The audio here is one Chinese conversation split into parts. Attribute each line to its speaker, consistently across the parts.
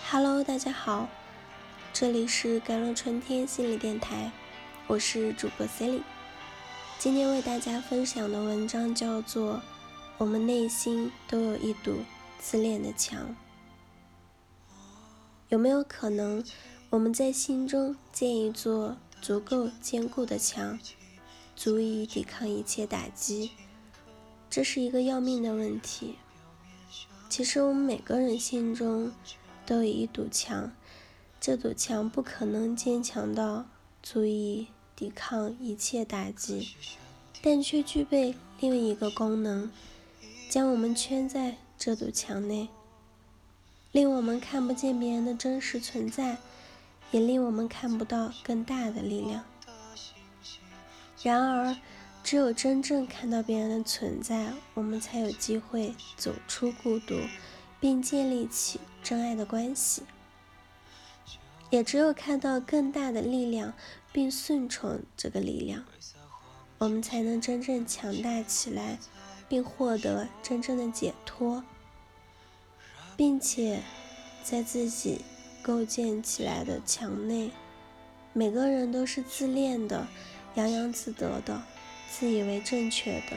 Speaker 1: Hello，大家好，这里是甘露春天心理电台，我是主播 Sally。今天为大家分享的文章叫做《我们内心都有一堵自恋的墙》。有没有可能，我们在心中建一座足够坚固的墙，足以抵抗一切打击？这是一个要命的问题。其实我们每个人心中都有一堵墙，这堵墙不可能坚强到足以抵抗一切打击，但却具备另一个功能，将我们圈在这堵墙内，令我们看不见别人的真实存在，也令我们看不到更大的力量。然而，只有真正看到别人的存在，我们才有机会走出孤独，并建立起真爱的关系。也只有看到更大的力量，并顺从这个力量，我们才能真正强大起来，并获得真正的解脱，并且在自己构建起来的墙内，每个人都是自恋的、洋洋自得的、自以为正确的。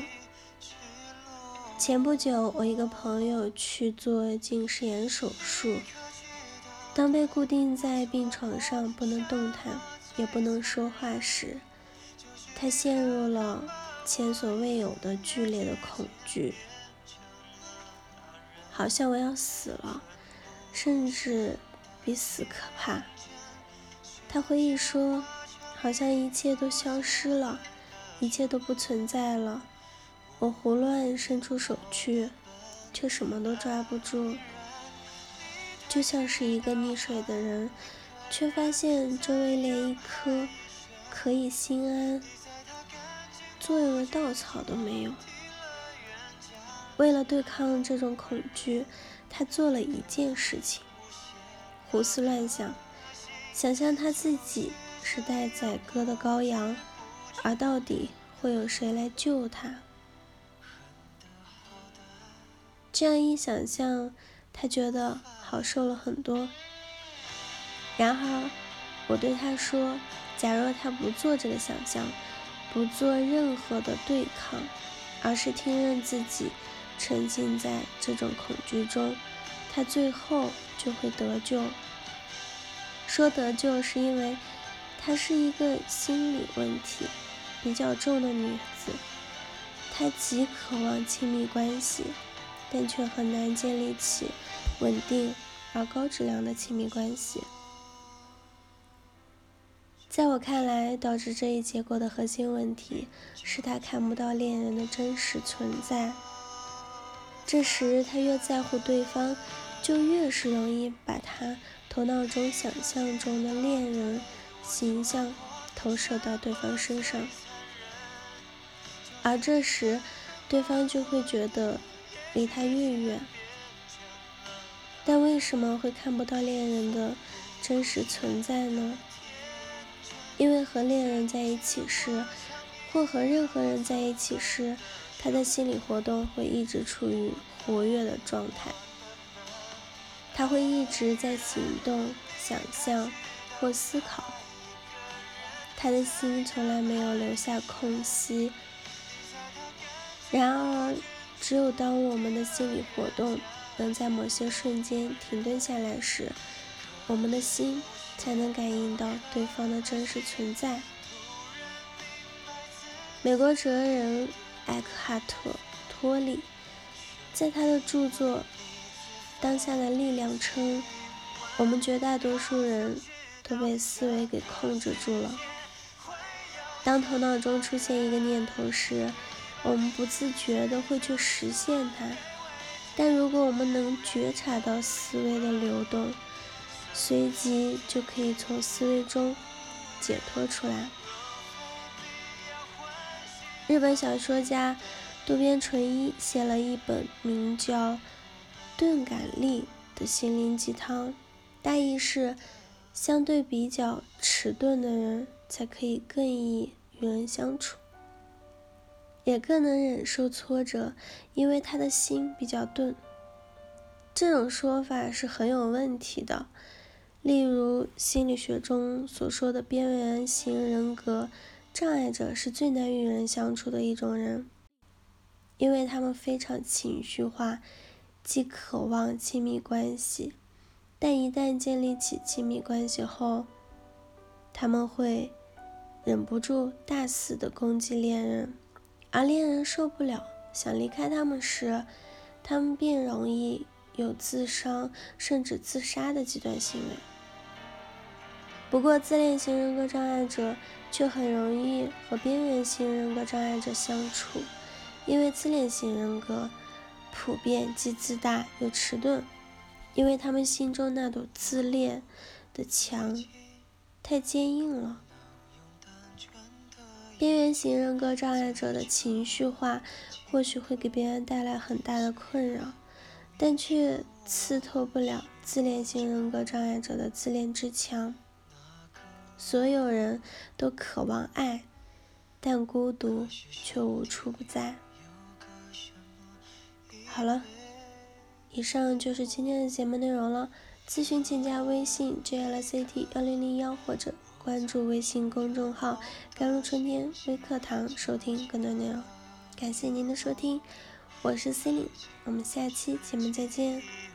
Speaker 1: 前不久，我一个朋友去做近视眼手术，当被固定在病床上不能动弹，也不能说话时，他陷入了前所未有的剧烈的恐惧，好像我要死了，甚至比死可怕。他回忆说，好像一切都消失了，一切都不存在了，我胡乱伸出手去，却什么都抓不住，就像是一个溺水的人，却发现周围连一颗可以心安作用的稻草都没有。为了对抗这种恐惧，他做了一件事情，胡思乱想，想象他自己是待宰割的羔羊，而到底会有谁来救他。这样一想象，他觉得好受了很多。然而我对他说，假若他不做这个想象，不做任何的对抗，而是听任自己沉浸在这种恐惧中，他最后就会得救。说得救是因为她是一个心理问题比较重的女子，她极渴望亲密关系，但却很难建立起稳定而高质量的亲密关系。在我看来，导致这一结果的核心问题是她看不到恋人的真实存在。这时她越在乎对方，就越是容易把她头脑中想象中的恋人形象投射到对方身上，而这时对方就会觉得离他越远。但为什么会看不到恋人的真实存在呢？因为和恋人在一起时，或和任何人在一起时，他的心理活动会一直处于活跃的状态，他会一直在行动、想象或思考，他的心从来没有留下空隙。然而，只有当我们的心理活动能在某些瞬间停顿下来时，我们的心才能感应到对方的真实存在。美国哲人艾克哈特·托利在他的著作《当下的力量》称，我们绝大多数人都被思维给控制住了。当头脑中出现一个念头时，我们不自觉地会去实现它，但如果我们能觉察到思维的流动，随即就可以从思维中解脱出来。日本小说家渡边淳一写了一本名叫《钝感力》的心灵鸡汤，大意是相对比较迟钝的人才可以更易与人相处，也更能忍受挫折，因为他的心比较钝。 这种说法是很有问题的。例如心理学中所说的边缘型人格障碍者是最难与人相处的一种人，因为他们非常情绪化，既渴望亲密关系，但一旦建立起亲密关系后，他们会忍不住大肆的攻击恋人，而恋人受不了，想离开他们时，他们便容易有自伤甚至自杀的极端行为。不过自恋型人格障碍者却很容易和边缘型人格障碍者相处，因为自恋型人格普遍既自大又迟钝，因为他们心中那堵自恋的墙太坚硬了。边缘型人格障碍者的情绪化或许会给别人带来很大的困扰，但却刺透不了自恋型人格障碍者的自恋之墙。所有人都渴望爱，但孤独却无处不在。好了，以上就是今天的节目内容了。咨询请加微信 JLCT1001 或者关注微信公众号甘露春天微课堂收听更多内容。感谢您的收听，我是 Celine， 我们下期节目再见。